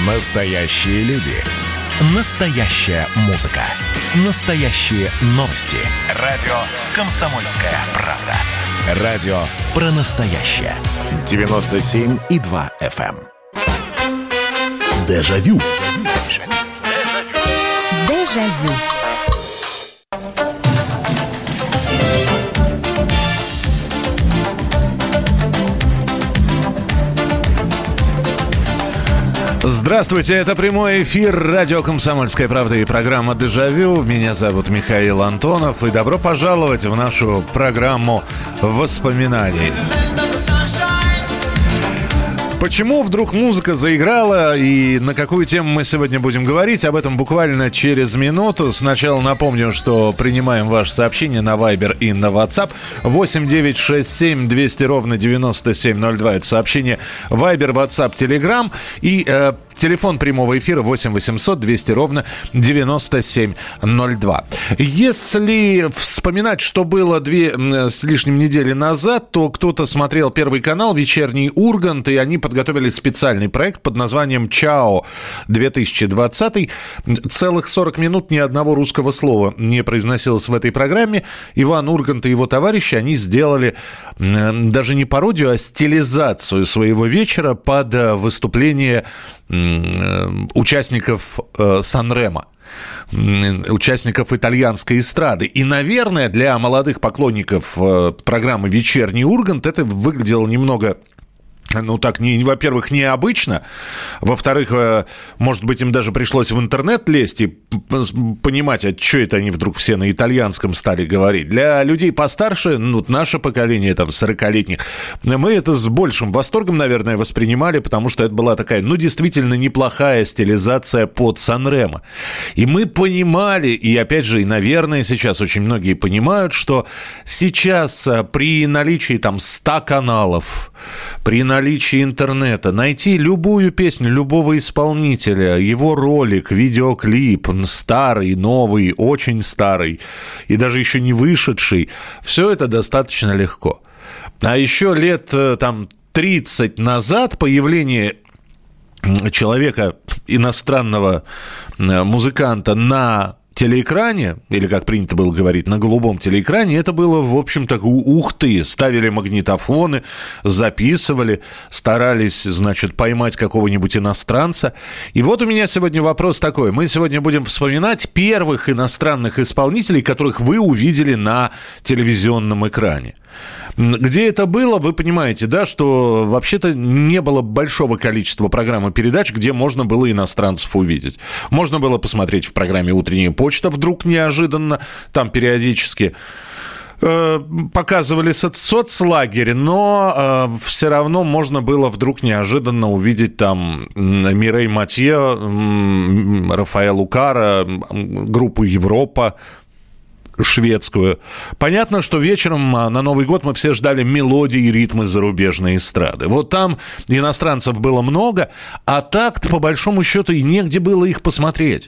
Настоящие люди. Настоящая музыка. Настоящие новости. Радио «Комсомольская правда». Радио про настоящее. 97,2 FM. Дежавю. Дежавю. Здравствуйте, это прямой эфир радио «Комсомольская правда» и программа «Дежавю». Меня зовут Михаил Антонов, и добро пожаловать в нашу программу воспоминаний. Почему вдруг музыка заиграла и на какую тему мы сегодня будем говорить? Об этом буквально через минуту. Сначала напомню, что принимаем ваши сообщения на Viber и на WhatsApp. 8 9 6 7 200 ровно 9702. Это сообщение Viber, WhatsApp, Telegram. И телефон прямого эфира 8 800 200 ровно 9702. Если вспоминать, что было 2 с лишним недели назад, то кто-то смотрел Первый канал, «Вечерний Ургант», и они подготовили специальный проект под названием «ЧАО 2020». Целых 40 минут ни одного русского слова не произносилось в этой программе. Иван Ургант и его товарищи, они сделали даже не пародию, а стилизацию своего вечера под выступление участников Сан-Ремо, участников итальянской эстрады. И, наверное, для молодых поклонников программы «Вечерний Ургант» это выглядело немного... во-первых, необычно. Во-вторых, может быть, им даже пришлось в интернет лезть и понимать, а что это они вдруг все на итальянском стали говорить. Для людей постарше, наше поколение, 40-летних, мы это с большим восторгом, наверное, воспринимали, потому что это была такая, действительно неплохая стилизация под Сан-Ремо. И мы понимали, и опять же, и, наверное, сейчас очень многие понимают, что сейчас при наличии 100 каналов, при наличии интернета, найти любую песню любого исполнителя, его ролик, видеоклип, старый, новый, очень старый и даже еще не вышедший, все это достаточно легко. А еще лет 30 назад появление человека, иностранного музыканта на телеэкране, или, как принято было говорить, на голубом телеэкране, это было, в общем-то, ух ты, ставили магнитофоны, записывали, старались, поймать какого-нибудь иностранца. И вот у меня сегодня вопрос такой. Мы сегодня будем вспоминать первых иностранных исполнителей, которых вы увидели на телевизионном экране. Где это было, вы понимаете, да, что вообще-то не было большого количества программ и передач, где можно было иностранцев увидеть. Можно было посмотреть в программе «Утренняя почта» вдруг неожиданно, там периодически показывали соцлагерь, но все равно можно было вдруг неожиданно увидеть там Мирей Матье, Рафаэлу Карра, группу «Европа», шведскую. Понятно, что вечером на Новый год мы все ждали мелодии и ритмы зарубежной эстрады. Вот там иностранцев было много, а так-то, по большому счету, и негде было их посмотреть.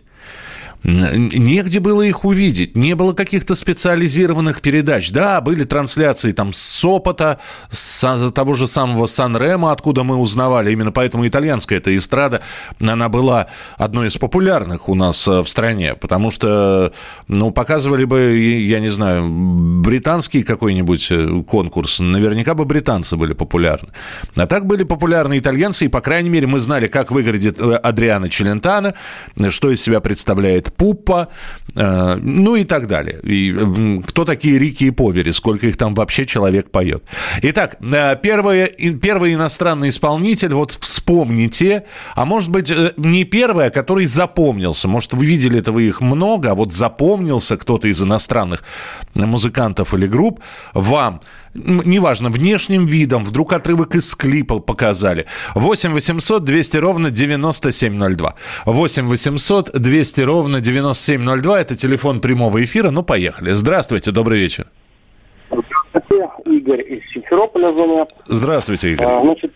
Негде было их увидеть, не было каких-то специализированных передач. Да, были трансляции с Сопота, с того же самого Сан-Ремо, откуда мы узнавали. Именно поэтому итальянская эта эстрада, она была одной из популярных у нас в стране. Потому что, показывали бы, я не знаю, британский какой-нибудь конкурс, наверняка бы британцы были популярны. А так были популярны итальянцы, и, по крайней мере, мы знали, как выглядит Адриано Челентано, что из себя представляет Пуппа, и так далее. И кто такие Рики и Повери, сколько их там вообще человек поет. Итак, первый иностранный исполнитель, вспомните, а может быть не первый, а который запомнился. Может, вы видели этого их много, а запомнился кто-то из иностранных музыкантов или групп вам. Неважно, внешним видом, вдруг отрывок из клипа показали. 8 800 200 ровно 9702. 8 800 200 ровно 9702. Это телефон прямого эфира. Поехали. Здравствуйте, добрый вечер. Здравствуйте, Игорь из Симферополя звонят. Здравствуйте, Игорь.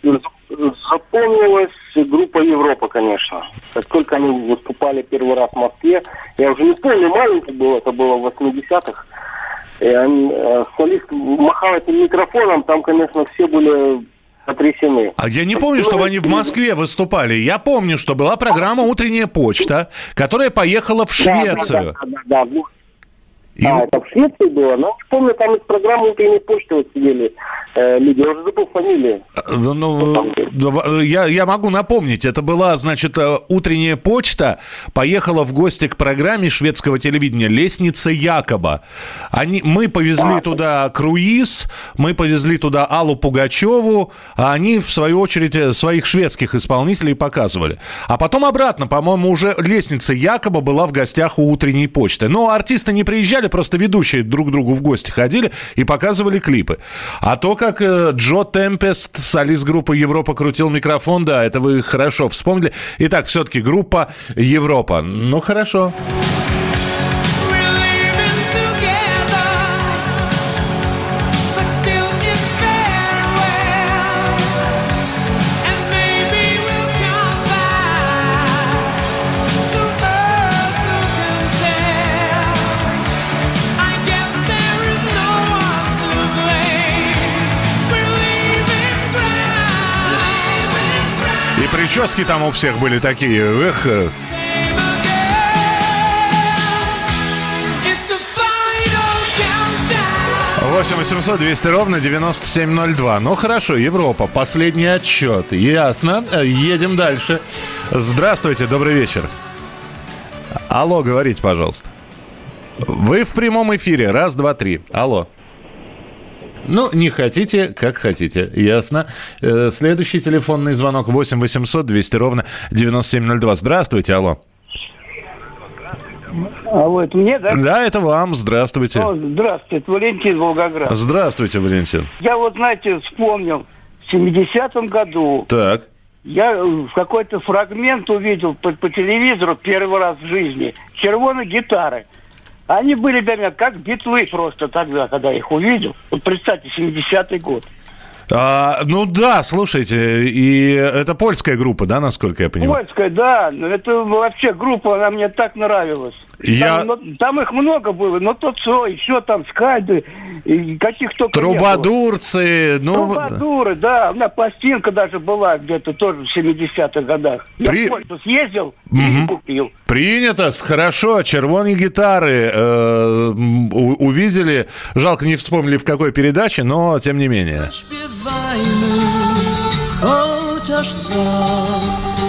Запомнилась группа «Европа», конечно. Как только они выступали первый раз в Москве, я уже не помню, маленький был, это было в 80-х. И солист махал этим микрофоном, там, конечно, все были потрясены. А я не помню, чтобы они в Москве выступали. Я помню, что была программа «Утренняя почта», которая поехала в Швецию. Да. Это в Швеции было, но помню, там из программы «Утренней почты» вот сидели люди, я уже забыл фамилию. Я могу напомнить, это была, значит, «Утренняя почта» поехала в гости к программе шведского телевидения «Лестница Якоба». Мы повезли туда круиз, мы повезли туда Аллу Пугачеву, а они, в свою очередь, своих шведских исполнителей показывали. А потом обратно, по-моему, уже «Лестница Якоба» была в гостях у «Утренней почты». Но артисты не приезжали, просто ведущие друг к другу в гости ходили и показывали клипы. А то, как Джо Темпест, солист группы «Европа», крутил микрофон, да, это вы хорошо вспомнили. Итак, все-таки группа «Европа». Ну, хорошо. Прически там у всех были такие. Эх. 8-800-200-97-02. Ну хорошо, Европа. Последний отчет. Ясно. Едем дальше. Здравствуйте, добрый вечер. Алло, говорите, пожалуйста. Вы в прямом эфире. Раз, два, три. Алло. Ну, не хотите, как хотите. Ясно. Следующий телефонный звонок 8-800-200-97-02. Здравствуйте, алло. Алло, это мне, да? Да, это вам. Здравствуйте. Здравствуйте, это Валентин, Волгоград. Здравствуйте, Валентин. Я вот, знаете, вспомнил, в 70-м году так. Я какой-то фрагмент увидел по телевизору первый раз в жизни. «Червоные гитары». Они были для меня как битлы просто тогда, когда я их увидел. Вот представьте, 70-й год. Ну да, слушайте, и это польская группа, да, насколько я понимаю? Польская, да. Но это вообще группа, она мне так нравилась. Там их много было, но то все, еще там скайды, и каких только Трубадурцы. Трубадуры, да. У меня пластинка даже была где-то тоже в 70-х годах. Я в Польшу съездил и купил. Принято, хорошо. Червоные гитары увидели. Жалко, не вспомнили в какой передаче, но тем не менее. Chociaż raz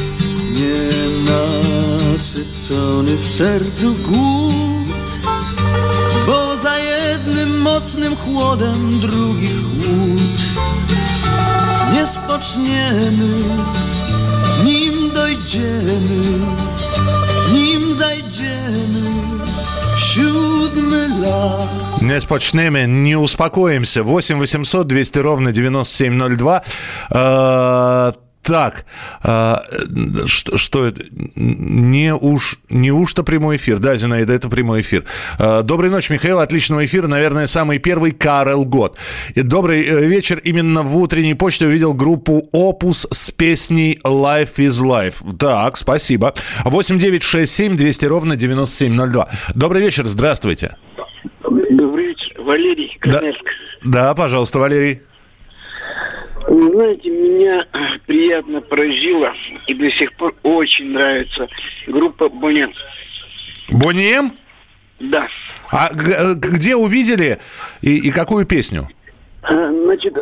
nienasycony w sercu głód, bo za jednym mocnym chłodem drugi chłód. Nie spoczniemy, nim dojdziemy, nim zajdziemy w siódmy las. Не спочнemy, не успокоимся. 8-800-200-97-02. Так, что это? Неужто прямой эфир? Да, Зинаида, это прямой эфир. Доброй ночи, Михаил, отличного эфира. Наверное, самый первый Карел год. Добрый вечер. Именно в «Утренней почте» увидел группу «Опус» с песней «Life is Life». Так, спасибо. 8-967-200-97-02. Добрый вечер, здравствуйте. Добрый вечер, Валерий, Красноярск. Да, пожалуйста, Валерий. Вы знаете, меня приятно поразила и до сих пор очень нравится группа «Boney M». «Boney M»? Да. А где увидели и какую песню? Значит,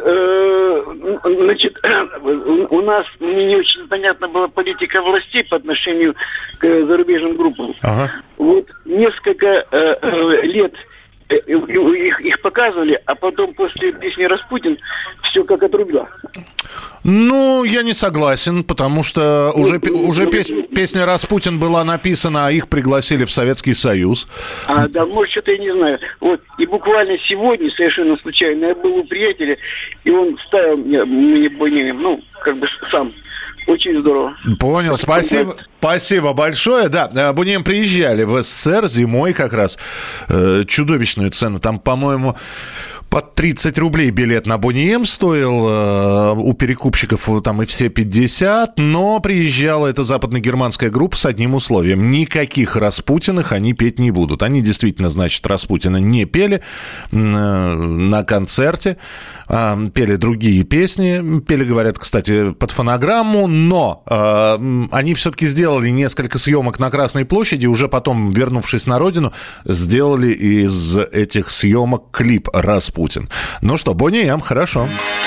у нас не очень понятна была политика властей по отношению к зарубежным группам. Ага. Вот несколько лет их показывали, а потом после песни «Распутин» все как отрубило. Ну, я не согласен, потому что уже песня «Распутин» была написана, а их пригласили в Советский Союз. Да, может, что-то я не знаю. Вот, и буквально сегодня, совершенно случайно, я был у приятеля, и он ставил мне «Boney M», ну, как бы сам. Очень здорово. Понял, спасибо. Спасибо большое. Да, «Boney M» приезжали в СССР зимой как раз. Чудовищные цены. Там, по-моему, Под 30 рублей билет на Бонни М стоил, у перекупщиков там и все 50, но приезжала эта западногерманская группа с одним условием. Никаких Распутиных они петь не будут. Они действительно, значит, Распутина не пели на концерте, пели другие песни, пели, говорят, кстати, под фонограмму, но они все-таки сделали несколько съемок на Красной площади, уже потом, вернувшись на родину, сделали из этих съемок клип «Распутин». Ну что, Бонни М, хорошо.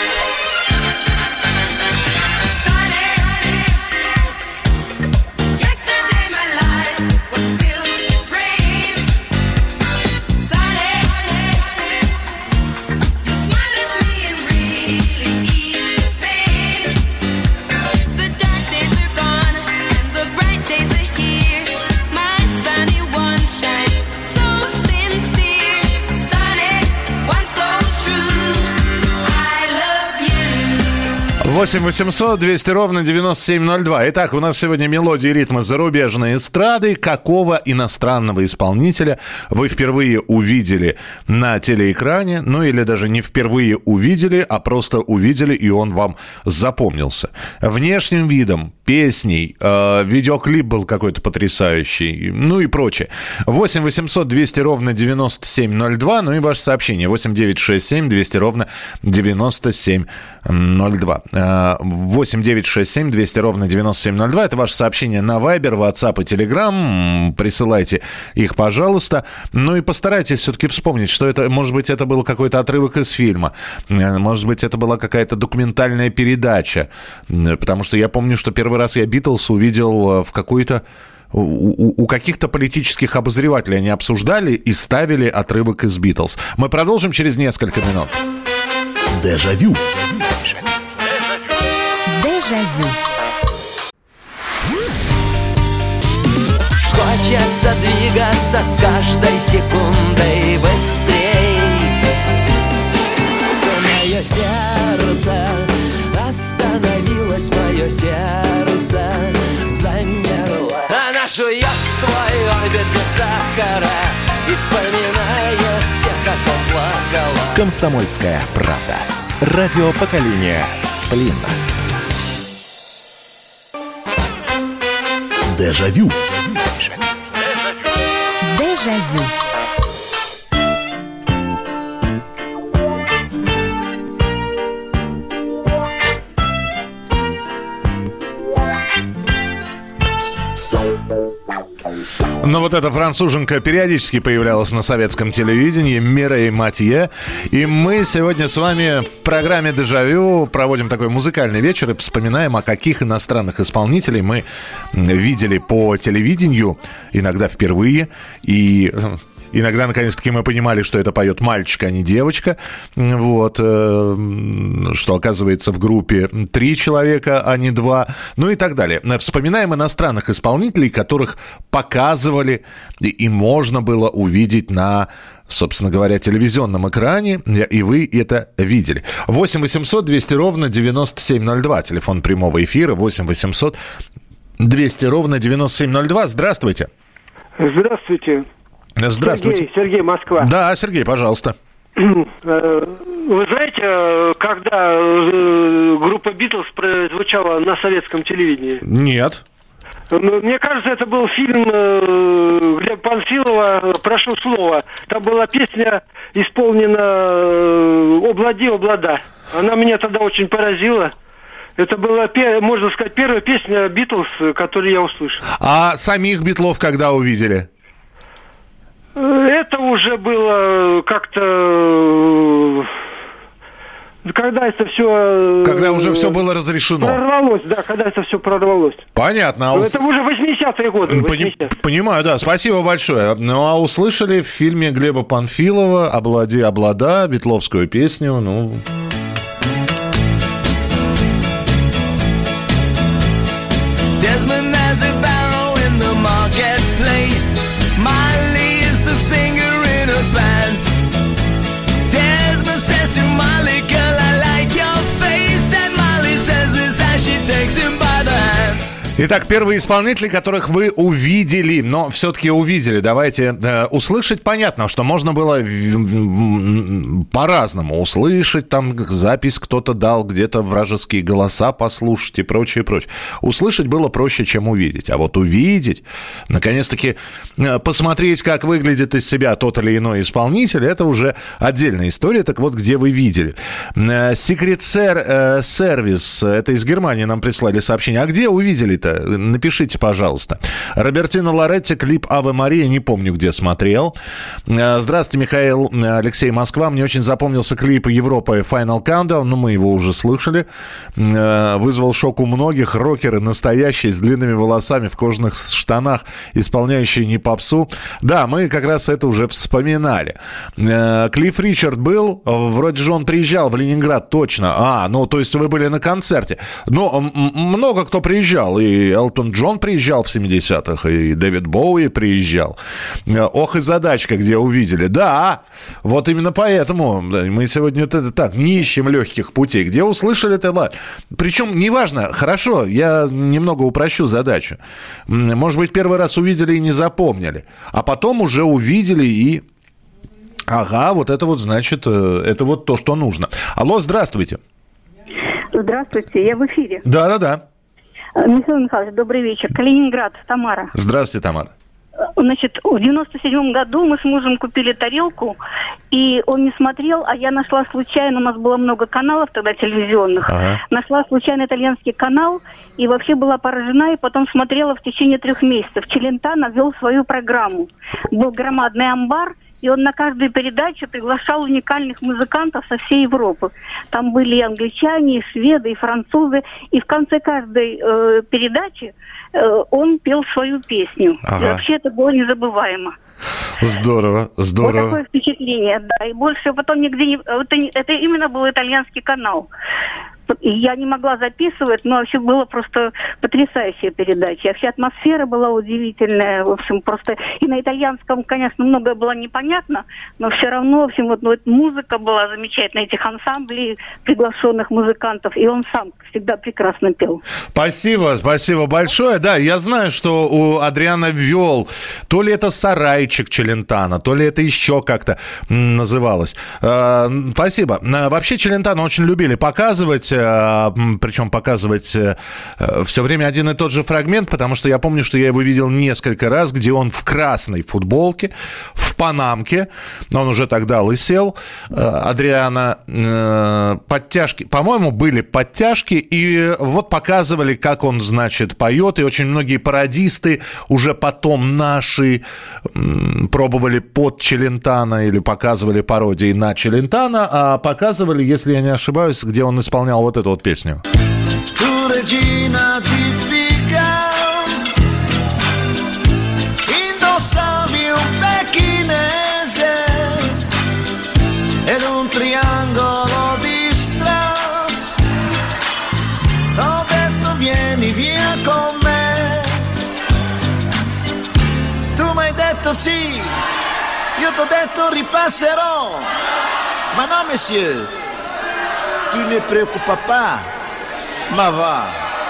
Восемь 800 200 ровно 9702. Итак, у нас сегодня мелодии и ритмы зарубежной эстрады. Какого иностранного исполнителя вы впервые увидели на телеэкране? Ну или даже не впервые увидели, а просто увидели, и он вам запомнился. Внешним видом, песней, видеоклип был какой-то потрясающий, ну и прочее. 8 800 200 ровно 9702. Ну и ваше сообщение. 8 967 200 ровно 9702. 8 967 200 ровно 9702. Это ваше сообщение на Viber, WhatsApp и Telegram. Присылайте их, пожалуйста. Ну и постарайтесь все-таки вспомнить, что это, может быть, это был какой-то отрывок из фильма. Может быть, это была какая-то документальная передача. Потому что я помню, что первый раз я «Битлз» увидел в какой-то... У каких-то политических обозревателей они обсуждали и ставили отрывок из «Битлз». Мы продолжим через несколько минут. Дежавю. Дежавю. Хочется двигаться с каждой секундой быстрей. Мое сердце остановилось, мое сердце замерло. Она жует свой орбит без сахара и вспоминает тех, как плакала. «Комсомольская правда». Радио поколения «Сплин». Дежавю. Дежавю. Но вот эта француженка периодически появлялась на советском телевидении, Мирей Матье. И мы сегодня с вами в программе «Дежавю» проводим такой музыкальный вечер и вспоминаем, о каких иностранных исполнителей мы видели по телевидению, иногда впервые, и... Иногда, наконец-таки, мы понимали, что это поет мальчик, а не девочка. Вот. Что, оказывается, в группе 3 человека, а не 2. Ну и так далее. Вспоминаем иностранных исполнителей, которых показывали и можно было увидеть на, собственно говоря, телевизионном экране. И вы это видели. 8 800 200 ровно 9702. Телефон прямого эфира. 8 800 200 ровно 9702. Здравствуйте. Здравствуйте. Здравствуйте. Сергей, Москва. Да, Сергей, пожалуйста. Вы знаете, когда группа «Битлз» прозвучала на советском телевидении? Нет. Мне кажется, это был фильм Глеба Панфилова «Прошу слова». Там была песня исполнена «Облади, облада». Она меня тогда очень поразила. Это была, можно сказать, первая песня «Битлз», которую я услышал. А самих «Битлов» когда увидели? Это уже было как-то... Когда это все... Когда уже все было разрешено. Прорвалось, да, когда это все прорвалось. Понятно. Это уже 80-е годы. 80-е. Понимаю, да, спасибо большое. Ну, а услышали в фильме Глеба Панфилова «Облади, облада», битловскую песню, ну... Итак, первые исполнители, которых вы увидели, но все-таки увидели. Давайте услышать. Понятно, что можно было по-разному услышать. Там запись кто-то дал, где-то вражеские голоса послушать и прочее, прочее. Услышать было проще, чем увидеть. А вот увидеть, наконец-таки посмотреть, как выглядит из себя тот или иной исполнитель, это уже отдельная история. Так вот, где вы видели. Secret Service, это из Германии нам прислали сообщение. А где увидели-то? Напишите, пожалуйста. Робертино Лоретти, клип «Аве Мария», не помню, где смотрел. Здравствуйте, Михаил, Алексей, Москва. Мне очень запомнился клип «Европа» Final Countdown, но мы его уже слышали. Вызвал шок у многих. Рокеры настоящие, с длинными волосами, в кожаных штанах, исполняющие не попсу. Да, мы как раз это уже вспоминали. Клифф Ричард был, вроде же он приезжал в Ленинград, точно. Ну, то есть вы были на концерте. Но много кто приезжал, и Элтон Джон приезжал в 70-х, и Дэвид Боуи приезжал. Ох и задачка, где увидели. Да, вот именно поэтому мы сегодня это так, не ищем легких путей. Где услышали это? Причем, неважно, хорошо, я немного упрощу задачу. Может быть, первый раз увидели и не запомнили, а потом уже увидели и... Ага, вот это вот значит, это вот то, что нужно. Алло, здравствуйте. Здравствуйте, я в эфире. Да-да-да. Михаил Михайлович, добрый вечер. Калининград, Тамара. Здравствуйте, Тамара. Значит, в 97-м году мы с мужем купили тарелку, и он не смотрел, а я нашла случайно, у нас было много каналов тогда телевизионных, нашла случайно итальянский канал, и вообще была поражена, и потом смотрела в течение 3 месяцев. Челентано вел свою программу. Был громадный амбар, и он на каждую передачу приглашал уникальных музыкантов со всей Европы. Там были и англичане, и шведы, и французы. И в конце каждой передачи он пел свою песню. И вообще это было незабываемо. Здорово, здорово. Вот такое впечатление, да. И больше потом нигде не... Это именно был итальянский канал. Я не могла записывать, но вообще было просто потрясающая передача. Вообще атмосфера была удивительная. В общем, просто и на итальянском, конечно, многое было непонятно, но все равно, в общем, вот музыка была замечательная, этих ансамблей приглашенных музыкантов, и он сам всегда прекрасно пел. Спасибо, спасибо большое. Да, я знаю, что у Адриано вел, то ли это сарайчик Челентано, то ли это еще как-то называлось. Спасибо. Вообще Челентано очень любили показывать, причем показывать все время один и тот же фрагмент, потому что я помню, что я его видел несколько раз, где он в красной футболке, в панамке, он уже тогда лысел, Адриано, подтяжки, по-моему, были подтяжки, и вот показывали, как он, значит, поет, и очень многие пародисты уже потом наши пробовали под Челентано или показывали пародии на Челентано, а показывали, если я не ошибаюсь, где он исполнял вот эту вот песню. Sì, io t'ho detto ripasserò, ma no monsieur, tu ne preoccupa pas, ma va.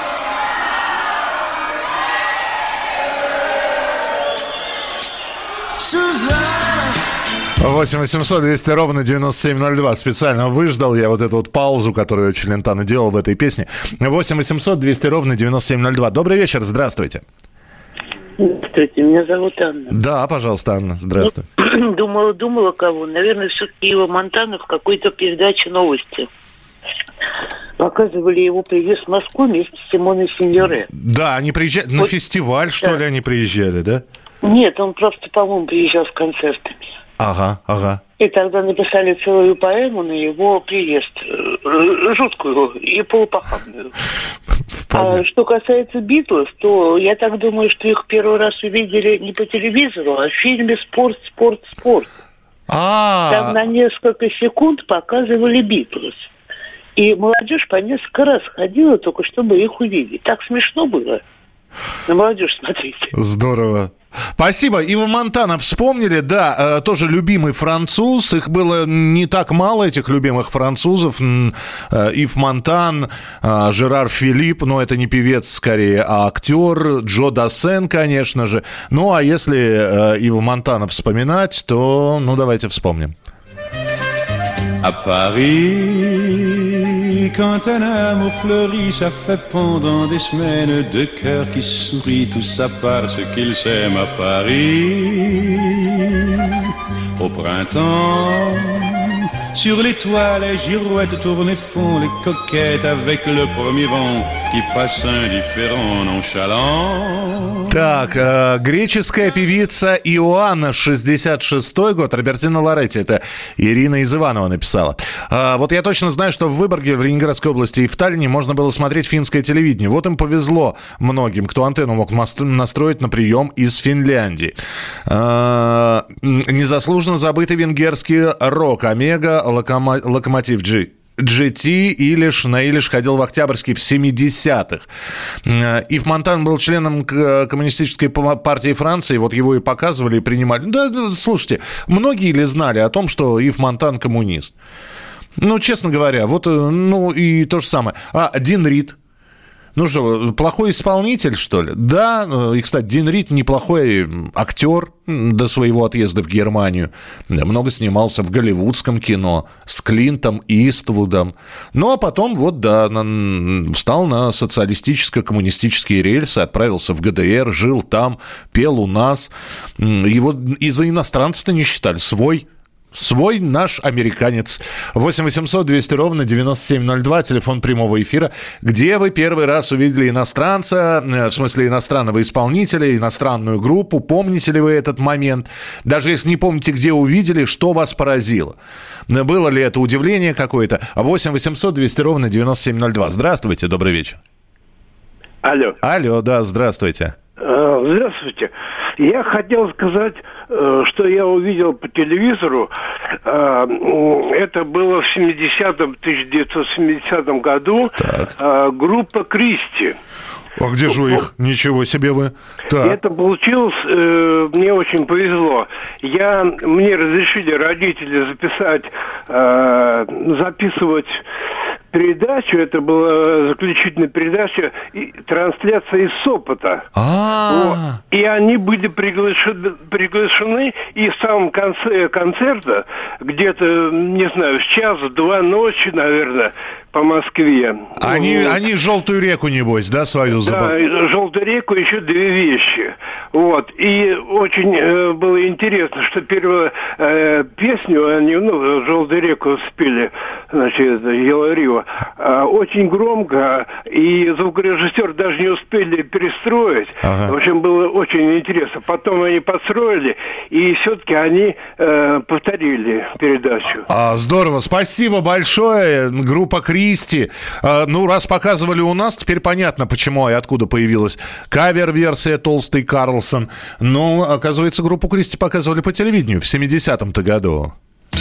Suzanne. 8 800 200 ровно 9702. Специально выждал я вот эту вот паузу, которую Челентано делал в этой песне. 8 800 200 ровно 9702. Добрый вечер, здравствуйте. Здравствуйте, меня зовут Анна. Да, пожалуйста, Анна, здравствуй. Думала кого. Наверное, все-таки Ива Монтана в какой-то передаче «Новости». Показывали его приезд в Москву вместе с Симоной Синьоре. Да, они приезжали на фестиваль, что ли, они приезжали, да? Нет, он просто, по-моему, приезжал с концертами. Ага. И тогда написали целую поэму на его приезд. Жуткую и полупохабную. А что касается Битлз, то я так думаю, что их первый раз увидели не по телевизору, а в фильме «Спорт». Там на несколько секунд показывали Битлз. И молодежь по несколько раз ходила только, чтобы их увидеть. Так смешно было. На молодежь смотрите. Здорово. Спасибо. Ива Монтана вспомнили, да, тоже любимый француз. Их было не так мало, этих любимых французов. Ив Монтан, Жерар Филипп, но это не певец скорее, а актер. Джо Дассен, конечно же. Ну, а если Ива Монтана вспоминать, то, ну, давайте вспомним. À Paris, quand un amour fleurit, ça fait pendant des semaines deux cœurs qui sourient, tout ça parce qu'ils s'aiment à Paris. Au printemps, sur les toits, les girouettes tournent et font les coquettes avec le premier vent qui passe indifférent, nonchalant. Так, греческая певица Иоанна, 66-й год, Робертино Лоретти, это Ирина из Иванова написала. Вот я точно знаю, что в Выборге, в Ленинградской области и в Таллине можно было смотреть финское телевидение. Вот им повезло многим, кто антенну мог настроить на прием из Финляндии. Незаслуженно забытый венгерский рок Омега, Локомотив GT, Наилиш ходил в Октябрьский в 70-х. Ив Монтан был членом Коммунистической партии Франции, вот его и показывали, и принимали. Да, слушайте, многие ли знали о том, что Ив Монтан коммунист? Ну, честно говоря, вот, ну, и то же самое. Дин Рид. Ну что, плохой исполнитель, что ли? Да, и, кстати, Дин Рид неплохой актер до своего отъезда в Германию. Много снимался в голливудском кино с Клинтом Иствудом. Ну, а потом, вот, да, встал на социалистическо-коммунистические рельсы, отправился в ГДР, жил там, пел у нас. Его и за иностранца-то не считали, свой наш американец. 8 800 200 ровно 9702, телефон прямого эфира. Где вы первый раз увидели иностранца, в смысле иностранного исполнителя, иностранную группу? Помните ли вы этот момент? Даже если не помните, где увидели, что вас поразило? Было ли это удивление какое-то? 8 800 200 ровно 9702. Здравствуйте, добрый вечер. Алло, да, здравствуйте. Здравствуйте. Я хотел сказать, что я увидел по телевизору. Это было в 1970 году. Группа «Кристи». А где же их? Ничего себе вы. Так. Это получилось, мне очень повезло. Мне разрешили родители записывать передачу. Это была заключительная передача, трансляция из Сопота. Вот. И они были приглашены, и в самом конце концерта, где-то, не знаю, в час-два ночи, наверное, по Москве. Они «Желтую реку», небось, да, свою забыли? Да, «Желтую реку», еще две вещи. Вот. И очень было интересно, что первую песню они, «Желтую реку» спели, значит, Yellow River, очень громко, и звукорежиссер даже не успели перестроить. В общем, было очень интересно. Потом они подстроили, и все-таки они повторили передачу. Здорово, спасибо большое, группа «Кристи». Ну, раз показывали у нас, теперь понятно, почему и откуда появилась кавер-версия «Толстый Карлсон». Но, оказывается, группу «Кристи» показывали по телевидению в 70-м-то году.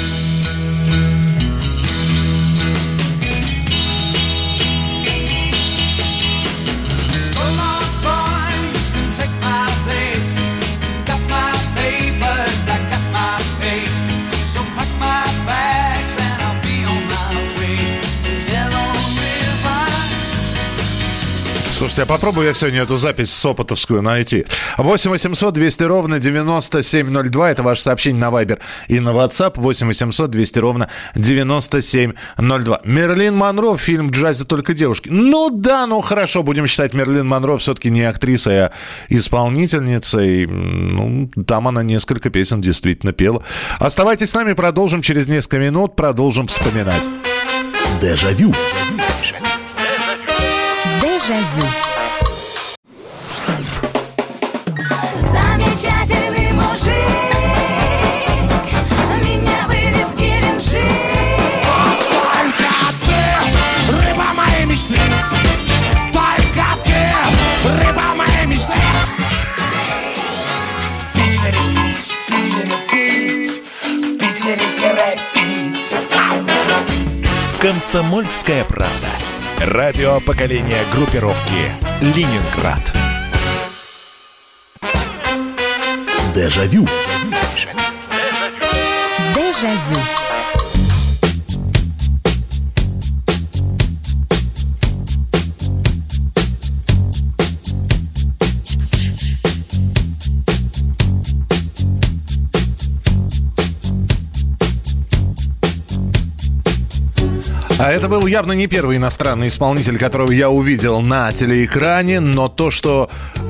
Слушайте, а попробую я сегодня эту запись сопотовскую найти. 8 800 200 ровно 9702. Это ваше сообщение на Viber и на WhatsApp. 8 800 200 ровно 9702. Мерлин Монро, фильм «В джазе только девушки». Ну да, ну хорошо, будем считать Мерлин Монро все-таки не актрисой, а исполнительницей. Ну, там она несколько песен действительно пела. Оставайтесь с нами, продолжим через несколько минут, продолжим вспоминать. Дежавю. Дежавю. Замечательный мужик меня вывез в Геленджик. Только ты, рыба моей мечты. Только ты, рыба моей мечты. В Питере пить, в Питере-пить. Комсомольская правда. Радио поколения группировки «Ленинград». Дежавю. Дежавю. А это был явно не первый иностранный исполнитель, которого я увидел на телеэкране, но то, что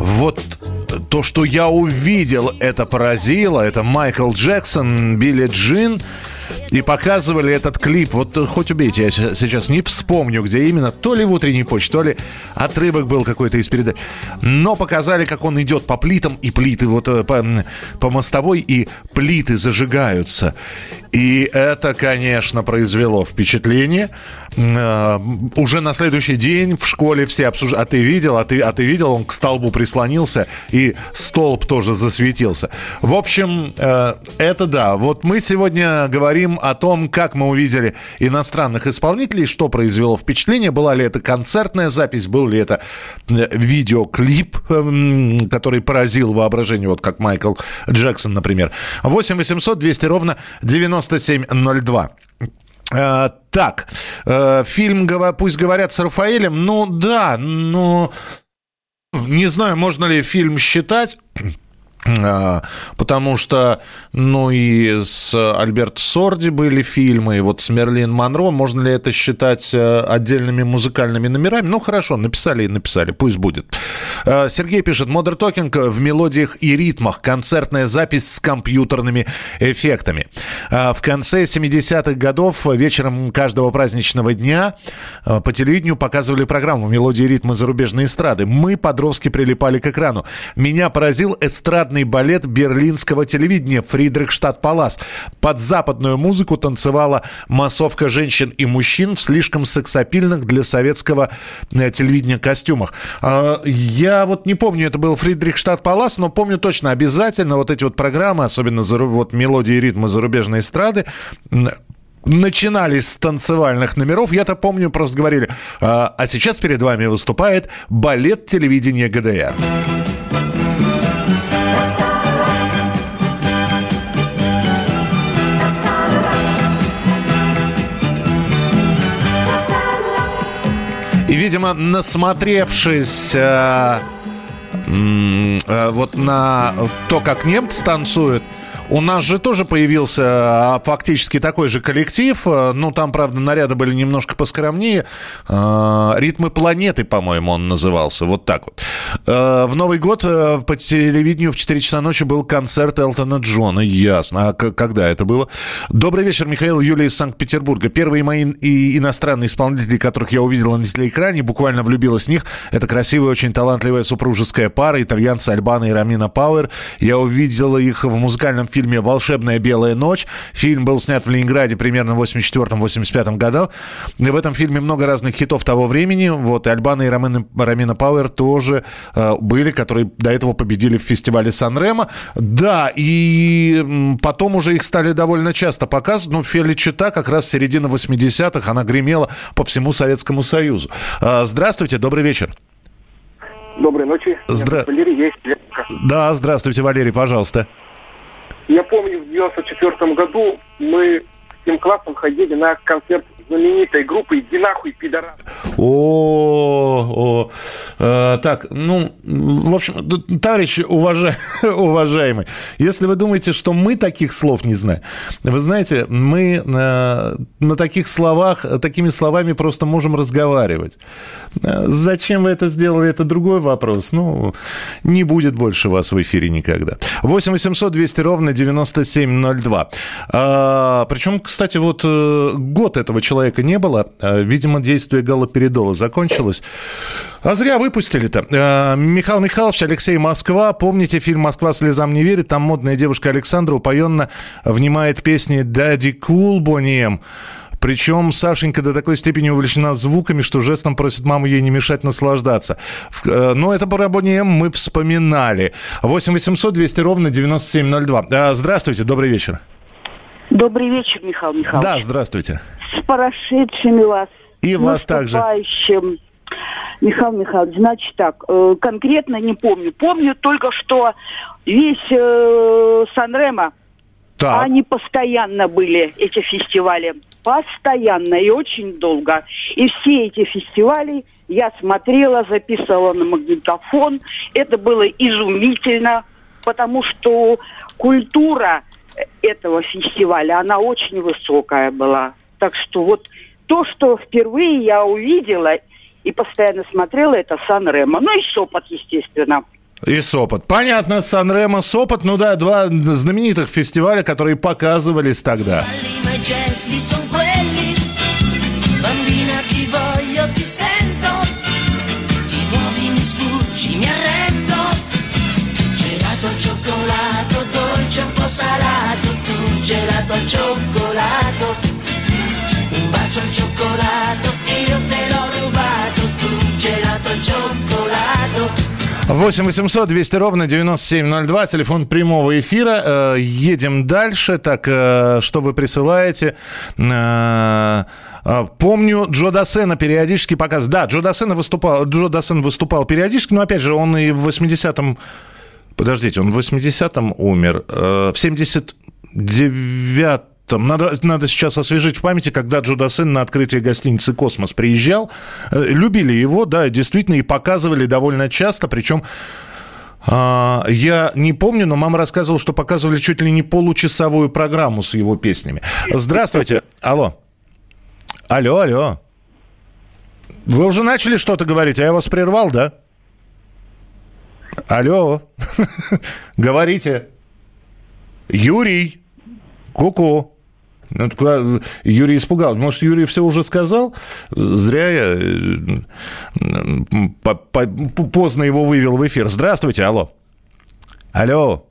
я увидел, это поразило. Это Майкл Джексон, Билли Джин. И показывали этот клип. Вот хоть убейте, я сейчас не вспомню, где именно. То ли в «Утренней почте», то ли отрывок был какой-то из передач. Но показали, как он идет по плитам, и плиты вот по мостовой, и плиты зажигаются. И это, конечно, произвело впечатление. Уже на следующий день в школе все обсуждали. А ты видел? Он к столбу прислонился, и столб тоже засветился. В общем, это да. Вот мы сегодня говорим о том, как мы увидели иностранных исполнителей, что произвело впечатление. Была ли это концертная запись, был ли это видеоклип, который поразил воображение, вот как Майкл Джексон, например. 8 800 200 ровно 9702. Так, фильм «Пусть говорят» с Рафаэлем, ну да, не знаю, можно ли фильм считать, потому что, и с Альберто Сорди были фильмы, и вот с Мерлин Монро, можно ли это считать отдельными музыкальными номерами? Ну, хорошо, написали, пусть будет. Сергей пишет: Modern Talking в мелодиях и ритмах, концертная запись с компьютерными эффектами. В конце 70-х годов вечером каждого праздничного дня по телевидению показывали программу «Мелодии и ритмы зарубежной эстрады». Мы, подростки, прилипали к экрану. Меня поразил эстрадный балет берлинского телевидения «Фридрихштадт-Палас». Под западную музыку танцевала массовка женщин и мужчин в слишком сексапильных для советского телевидения костюмах. Я вот не помню, это был «Фридрихштадт-Палас», но помню точно, обязательно вот эти вот программы, особенно вот «Мелодии и ритмы зарубежной эстрады», начинались с танцевальных номеров. Я-то помню, просто говорили: а сейчас перед вами выступает балет телевидения ГДР. И, видимо, насмотревшись вот на то, как немцы танцуют, у нас же тоже появился фактически такой же коллектив. Там, правда, наряды были немножко поскромнее. «Ритмы планеты», по-моему, он назывался. Вот так вот. В Новый год по телевидению в 4 часа ночи был концерт Элтона Джона. Ясно. А когда это было? Добрый вечер, Михаил, Юлия из Санкт-Петербурга. Первые мои иностранные исполнители, которых я увидела на телеэкране, буквально влюбилась в них. Это красивая, очень талантливая супружеская пара. Итальянцы Альбано и Ромина Пауэр. Я увидела их в музыкальном фильме «Волшебная белая ночь». Фильм был снят в Ленинграде примерно в 84-85 годах. И в этом фильме много разных хитов того времени. Вот, и Альбано и Ромина Пауэр тоже были, которые до этого победили в фестивале Сан-Ремо. Да, и потом уже их стали довольно часто показывать. Феличита как раз с середины 80-х, она гремела по всему Советскому Союзу. Здравствуйте, добрый вечер. Доброй ночи. Валерий, есть. Да, здравствуйте, Валерий, пожалуйста. Я помню, в 94 году мы всем классом ходили на концерт знаменитой группы «Иди нахуй, пидорас». Так, в общем, товарищ уважаемый, если вы думаете, что мы таких слов не знаем, вы знаете, мы на таких словах, такими словами просто можем разговаривать. Зачем вы это сделали, это другой вопрос. Не будет больше вас в эфире никогда. 8 800 200 ровно 9702. Причем, кстати, вот год этого человека не было. Видимо, действие галоперидола закончилось. А зря выпустили-то. Михаил Михайлович, Алексей, Москва. Помните фильм «Москва слезам не верит»? Там модная девушка Александра упоенно внимает песни «Daddy Cool» Boney M. Причем Сашенька до такой степени увлечена звуками, что жестом просит маму ей не мешать наслаждаться. Но это про Boney M мы вспоминали. 8 800 200 ровно 9702. Здравствуйте, добрый вечер. Добрый вечер, Михаил Михайлович. Да, здравствуйте. С прошедшими вас. И вас также. Михаил Михайлович, значит так, конкретно не помню. Помню только, что весь Сан-Ремо, они постоянно были, эти фестивали. Постоянно и очень долго. И все эти фестивали я смотрела, записывала на магнитофон. Это было изумительно, потому что культура этого фестиваля, она очень высокая была. Так что вот то, что впервые я увидела и постоянно смотрела, это Сан-Ремо. Ну и Сопот, естественно. И Сопот. Понятно, Сан-Ремо, Сопот. Ну да, два знаменитых фестиваля, которые показывались тогда. Bambina ti voglio, ti sento, ti muovi, mi sfuggi, mi arrendo. Gelato al cioccolato, dolce un po' salato, tu gelato al cioccolato. Un bacio al cioccolato, io te l'ho rubato, tu gelato al cioccolato. 8 800 200 ровно 9702, телефон прямого эфира. Едем дальше. Так, что вы присылаете? Помню, Джо Дассена периодически показывал. Да, Джо Дассен выступал периодически, но, опять же, он и в 80-м... Подождите, он в 80-м умер. В 79-м... Надо сейчас освежить в памяти, когда Джо Дассен на открытие гостиницы «Космос» приезжал. Любили его, да, действительно, и показывали довольно часто. Причем я не помню, но мама рассказывала, что показывали чуть ли не получасовую программу с его песнями. Здравствуйте. Алло. Алло. Вы уже начали что-то говорить, а я вас прервал, да? Алло. Говорите. Юрий. Ку-ку. Юрий испугался. Может, Юрий все уже сказал? Зря я поздно его вывел в эфир. Здравствуйте, алло. Алло.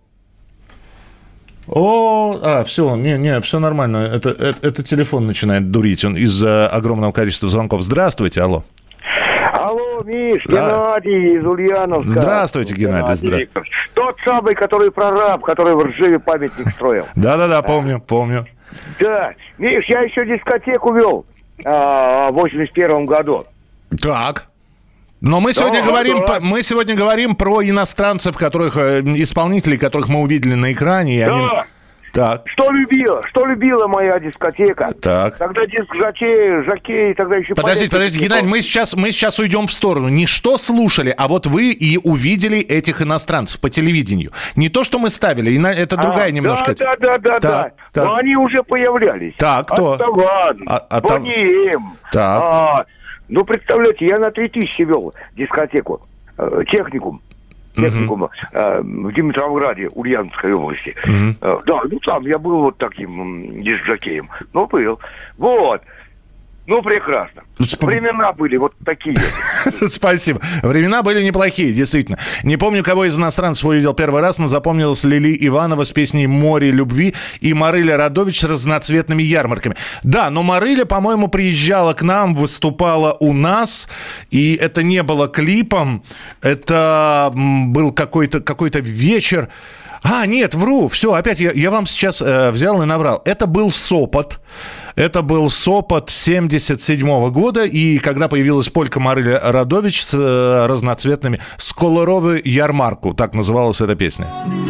Все, все нормально. Это телефон начинает дурить. Он из-за огромного количества звонков. Здравствуйте, алло. Алло, Миш, Геннадий из Ульяновска. Здравствуйте, Геннадий. Здравствуйте. Тот самый, который прораб, который в Ржеве памятник строил. Да, помню. Да, Миш, я еще дискотеку вел в 81 году. Так. Но мы сегодня говорим про иностранцев, исполнителей, которых мы увидели на экране. И они... Так. Что любила моя дискотека? Так. Тогда диск-жокей, тогда еще... Подождите, Геннадий, мы сейчас уйдем в сторону. Не что слушали, а вот вы и увидели этих иностранцев по телевидению. Не то, что мы ставили, это другая немножко... Да. Но они уже появлялись. Так, кто? Аттаван, Бонием. Так. Ну, представляете, я на 3000 вел дискотеку, техникум в Димитровграде, Ульяновской области. Да, там я был вот таким диск-жокеем. Был. Вот. Прекрасно. Времена были вот такие. Спасибо. Времена были неплохие, действительно. Не помню, кого из иностранцев увидел первый раз, но запомнилась Лили Иванова с песней «Море любви» и Марыля Радович с разноцветными ярмарками. Да, но Марыля, по-моему, приезжала к нам, выступала у нас, и это не было клипом, это был какой-то вечер. Нет, вру, все, опять я вам сейчас взял и наврал. Это был Сопот. Это был Сопот 1977 года, и когда появилась полька Марыля Радович с разноцветными «Сколоровы ярмарку», так называлась эта песня.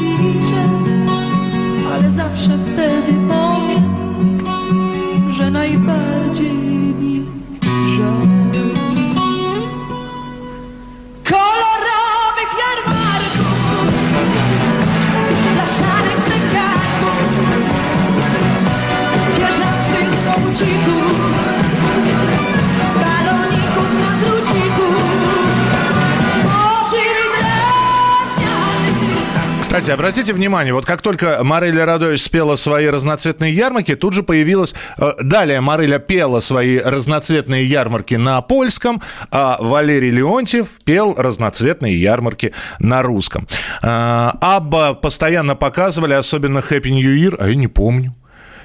Кстати, обратите внимание, вот как только Марыля Радович спела свои разноцветные ярмарки, тут же появилась... Далее Марыля пела свои разноцветные ярмарки на польском, а Валерий Леонтьев пел разноцветные ярмарки на русском. Абба постоянно показывали, особенно Happy New Year, а я не помню.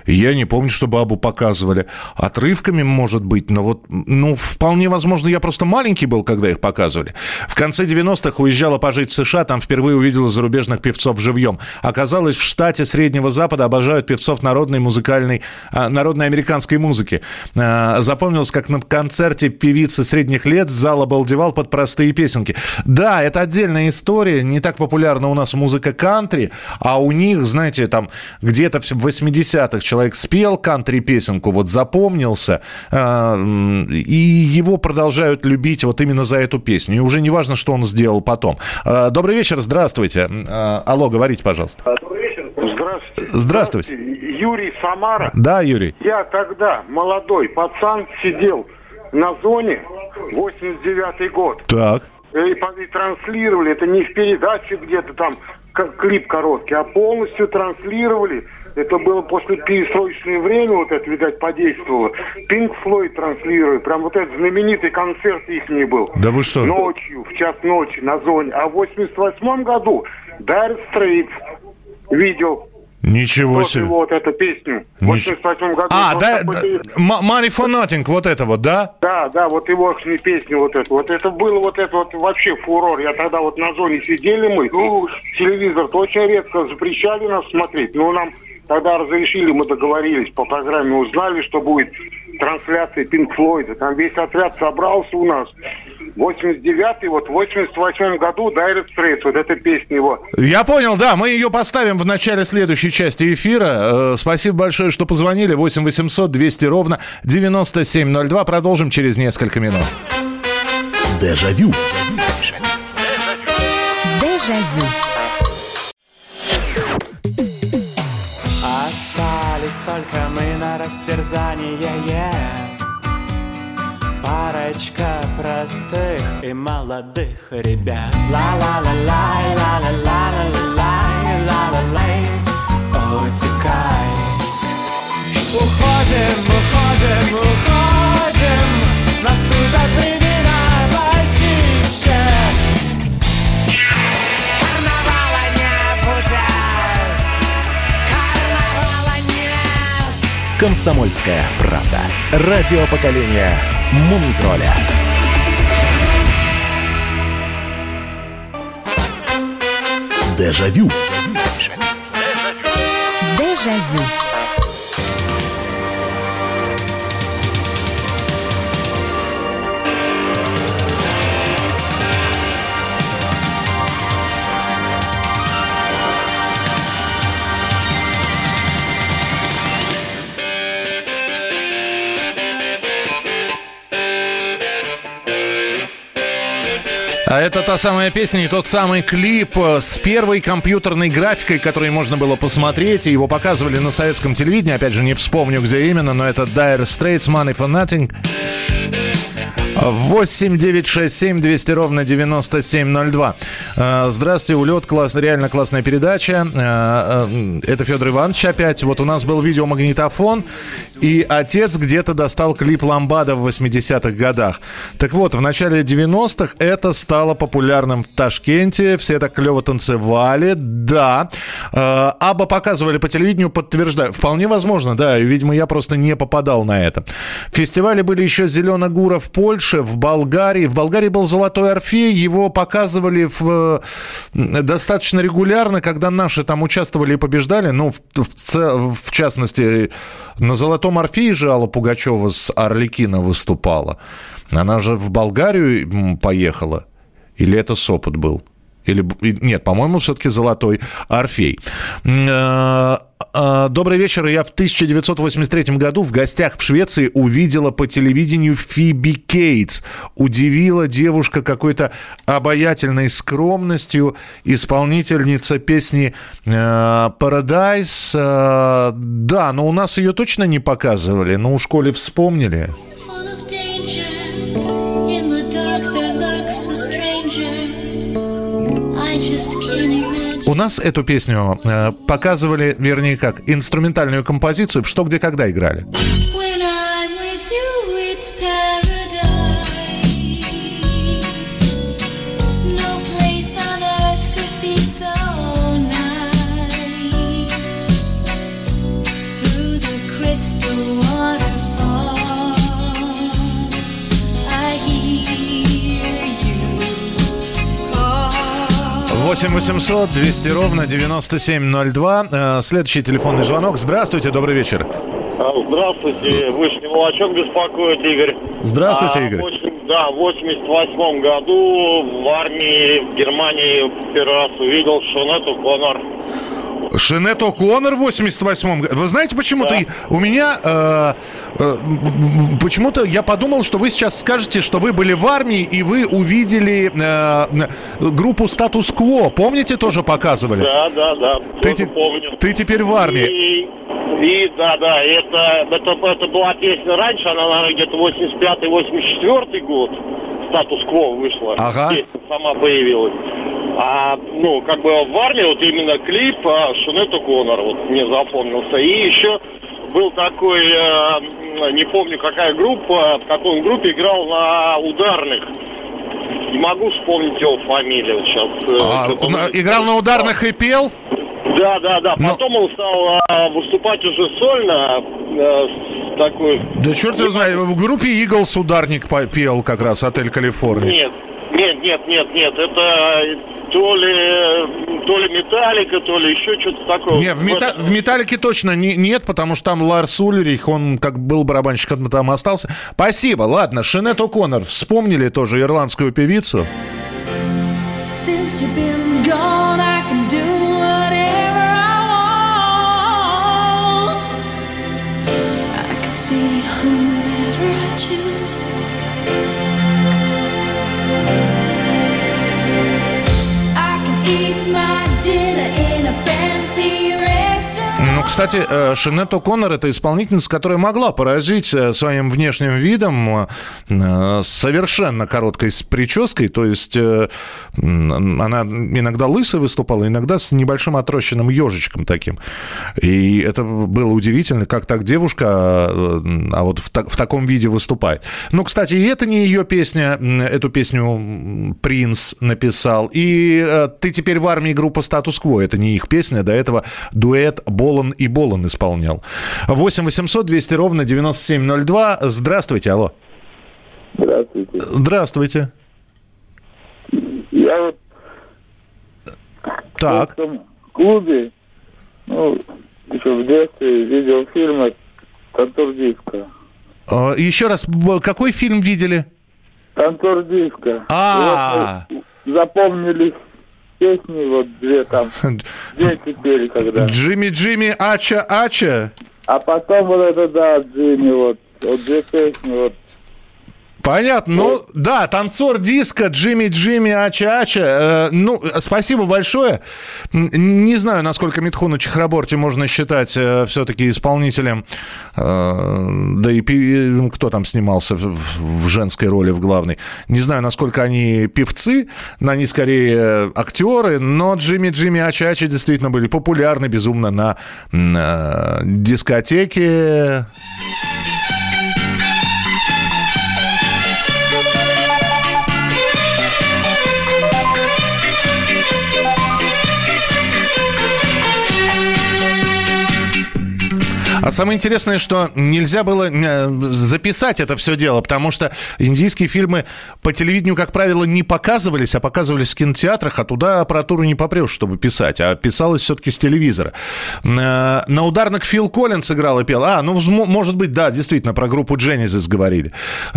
Я не помню, что бабу показывали. Отрывками, может быть, но вот, вполне возможно, я просто маленький был, когда их показывали. В конце 90-х уезжала пожить в США, там впервые увидела зарубежных певцов живьем. Оказалось, в штате Среднего Запада обожают певцов народной американской музыки. Запомнилось, как на концерте певицы средних лет зал обалдевал под простые песенки. Да, это отдельная история. Не так популярна у нас музыка кантри, а у них, знаете, там где-то в 80-х человек спел кантри-песенку, вот запомнился, и его продолжают любить вот именно за эту песню. И уже не важно, что он сделал потом. Добрый вечер, здравствуйте. Алло, говорите, пожалуйста. Здравствуйте. Юрий, Самара. Да, Юрий. Я тогда, молодой пацан, сидел на зоне, 89-й год. Так. И транслировали, это не в передаче где-то там, клип короткий, а полностью транслировали. Это было после перестроечное время, вот это, видать, подействовало. Pink Floyd транслировали, прям вот этот знаменитый концерт их не был. Да вы что? Ночью, в час ночи на зоне. А в 88-м году Dire Straits видел. Ничего себе. Вот эту песню. В 88 году. Да, Money for Nothing, вот это вот, да? Да, вот его песню вот эту. Вот это было вот вообще фурор. Я тогда вот на зоне сидели мы. Телевизор-то очень редко запрещали нас смотреть. Но нам тогда разрешили, мы договорились по программе, узнали, что будет трансляция Pink Floyd. Там весь отряд собрался у нас. 89-й, вот в 88-м году Dire Straits, вот эта песня его. Я понял, да, мы ее поставим в начале следующей части эфира. Спасибо большое, что позвонили. 8 800 200 ровно 9702. Продолжим через несколько минут. Дежавю. Дежавю. Остались только мы на растерзание. Парочка простых и молодых ребят. Ла-ла-ла-лай, ла-ла-ла-ла-ла-лай, ла-ла-лай, утекай. Уходим, уходим, уходим, наступят времена почище. Карнавала не будет, карнавала нет. Комсомольская правда. Радио поколения Мумитроля. Дежавю. Дежавю. А это та самая песня и тот самый клип с первой компьютерной графикой, который можно было посмотреть. И его показывали на советском телевидении. Опять же, не вспомню, где именно, но это Dire Straits, Money for Nothing. 8 9 6 7 200 ровно 9702. Здравствуйте, улет, реально классная передача. Это Федор Иванович опять. Вот у нас был видеомагнитофон, и отец где-то достал клип Ламбада в 80-х годах. Так вот, в начале 90-х это стало популярным в Ташкенте. Все так клево танцевали. Да. Абба показывали по телевидению, подтверждаю. Вполне возможно, да. Видимо, я просто не попадал на это. Фестивали были еще «Зелена-Гура» в Польше, в Болгарии. В Болгарии был «Золотой Орфей». Его показывали достаточно регулярно, когда наши там участвовали и побеждали. Ну, в частности, на «Золотом Орфее» же Алла Пугачева с «Арлекино» выступала. Она же в Болгарию поехала. Или это Сопот был? Нет, по-моему, все-таки «Золотой Орфей». Добрый вечер. Я в 1983 году в гостях в Швеции увидела по телевидению Фиби Кейтс. Удивила девушка какой-то обаятельной скромностью. Исполнительница песни «Paradise». Да, но у нас ее точно не показывали. Но у школе вспомнили. У нас эту песню показывали, вернее как, инструментальную композицию в «Что, где, когда» играли. 8 800 200 ровно 9702. Следующий телефонный звонок. Здравствуйте, добрый вечер. Здравствуйте, Вышний Волочок беспокоит, Игорь. Здравствуйте, Игорь. В 88 году в армии в Германии первый раз увидел Шанет О'Коннор. Шанет О'Коннор в 88-м году. Вы знаете, почему-то у меня... почему-то я подумал, что вы сейчас скажете, что вы были в армии, и вы увидели группу «Статус-кво». Помните, тоже показывали? Да, помню. Ты теперь в армии. И это была песня раньше, она, наверное, где-то 85-84 год. «Статус-кво» вышла. Ага. Песня сама появилась. В армии вот именно клип Шанет О'Коннор вот мне запомнился. И еще был такой, не помню какая группа, в какой группе играл на ударных. Не могу вспомнить его фамилию сейчас. Играл на ударных и пел? Да. Потом он стал выступать уже сольно такой. Да черт его знает, в группе Eagles ударник пел как раз «Отель Калифорния». Нет, это то ли Металлика, то ли еще что-то такое. Нет, в Металлике точно нет, потому что там Ларс Ульрих, он как был барабанщиком, там остался. Спасибо, ладно, Шанет О'Коннор, вспомнили тоже ирландскую певицу. Кстати, Шанет О'Коннор — это исполнительница, которая могла поразить своим внешним видом, совершенно короткой прической, то есть она иногда лысой выступала, иногда с небольшим отрощенным ежичком таким. И это было удивительно, как так девушка, а вот в таком виде выступает. Ну, кстати, и это не ее песня, эту песню Принц написал. И «Ты теперь в армии» группа «Статус-кво», это не их песня, до этого дуэт Болан и Болан исполнял. 8 800 200 ровно 9702. Здравствуйте, алло. Здравствуйте. Я вот так. в этом клубе, еще в детстве видел фильм «Танцор диска». Еще раз, какой фильм видели? «Танцор диска». Запомнились песни, вот две там, дети пели когда. Джимми, Ача. А потом вот это, Джимми, вот две песни, вот. Понятно. Ну, да, «Танцор диска», Джимми, Ача. Спасибо большое. Не знаю, насколько Митхуна Чахраборти можно считать все-таки исполнителем. Да и кто там снимался в женской роли, в главной. Не знаю, насколько они певцы, они скорее актеры, но Джимми, Ача действительно были популярны безумно на дискотеке. А самое интересное, что нельзя было записать это все дело, потому что индийские фильмы по телевидению, как правило, не показывались, а показывались в кинотеатрах, а туда аппаратуру не попрешь, чтобы писать, а писалось все-таки с телевизора. На ударных Фил Коллинз играл и пел. Может быть, да, действительно, про группу Genesis говорили.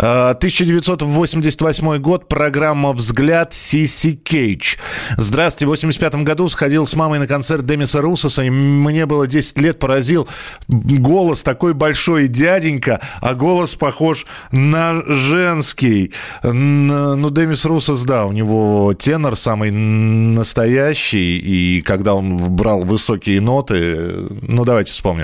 1988 год, программа «Взгляд», Сиси Кейдж. Здравствуйте, в 85 году сходил с мамой на концерт Демиса Русоса, и мне было 10 лет, поразил голос такой большой дяденька, а голос похож на женский. Демис Русос, да, у него тенор самый настоящий, и когда он брал высокие ноты, давайте вспомним.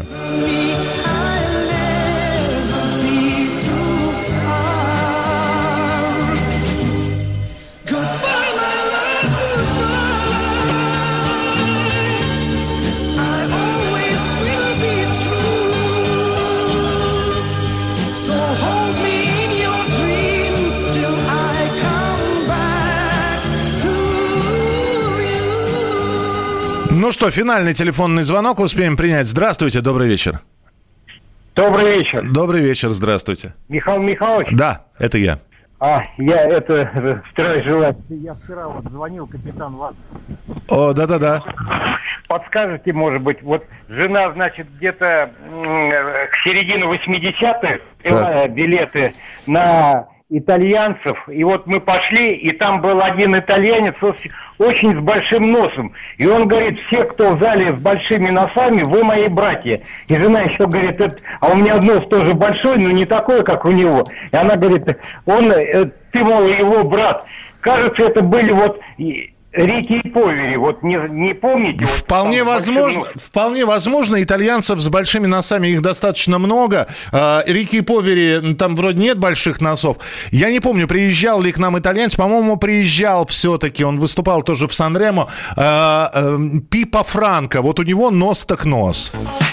Ну что, финальный телефонный звонок успеем принять. Здравствуйте, добрый вечер. Добрый вечер. Добрый вечер, здравствуйте. Михаил Михайлович? Да, это я. Я второй желаю. Я вчера вот звонил, капитан вас. О, да-да-да. Подскажете, может быть, вот жена, значит, где-то к середине 80-х взяла билеты на итальянцев, и вот мы пошли, и там был один итальянец очень с большим носом, и он говорит: все, кто в зале с большими носами, вы мои братья. И жена еще говорит: а у меня нос тоже большой, но не такой, как у него. И она говорит: ты, мол, его брат. Кажется, это были вот Рики и Повери, вот не помните? Вполне возможно, итальянцев с большими носами, их достаточно много. Рики и Повери, там вроде нет больших носов. Я не помню, приезжал ли к нам итальянец, по-моему, приезжал все-таки, он выступал тоже в Сан-Ремо. Пипо Франко, вот у него нос так нос.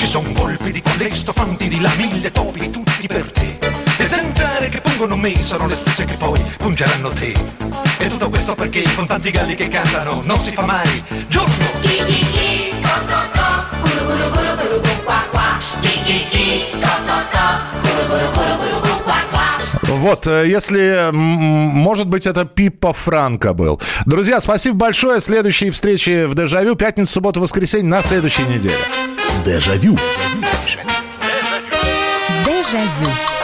Le zanzare che pungono me sono le stesse che poi pungeranno te. E tutto questo perché con tanti galli che cantano non si fa mai giorno. Chi chi chi, co co co, guru guru guru guru gu qua qua. Chi chi chi, co co co, guru guru guru guru gu qua qua. Вот, если, может быть, это Пипо Франко был. Друзья, спасибо большое. Следующие встречи в Дежавю. Пятница, суббота, воскресенье на следующей неделе. Дежавю. Дежавю.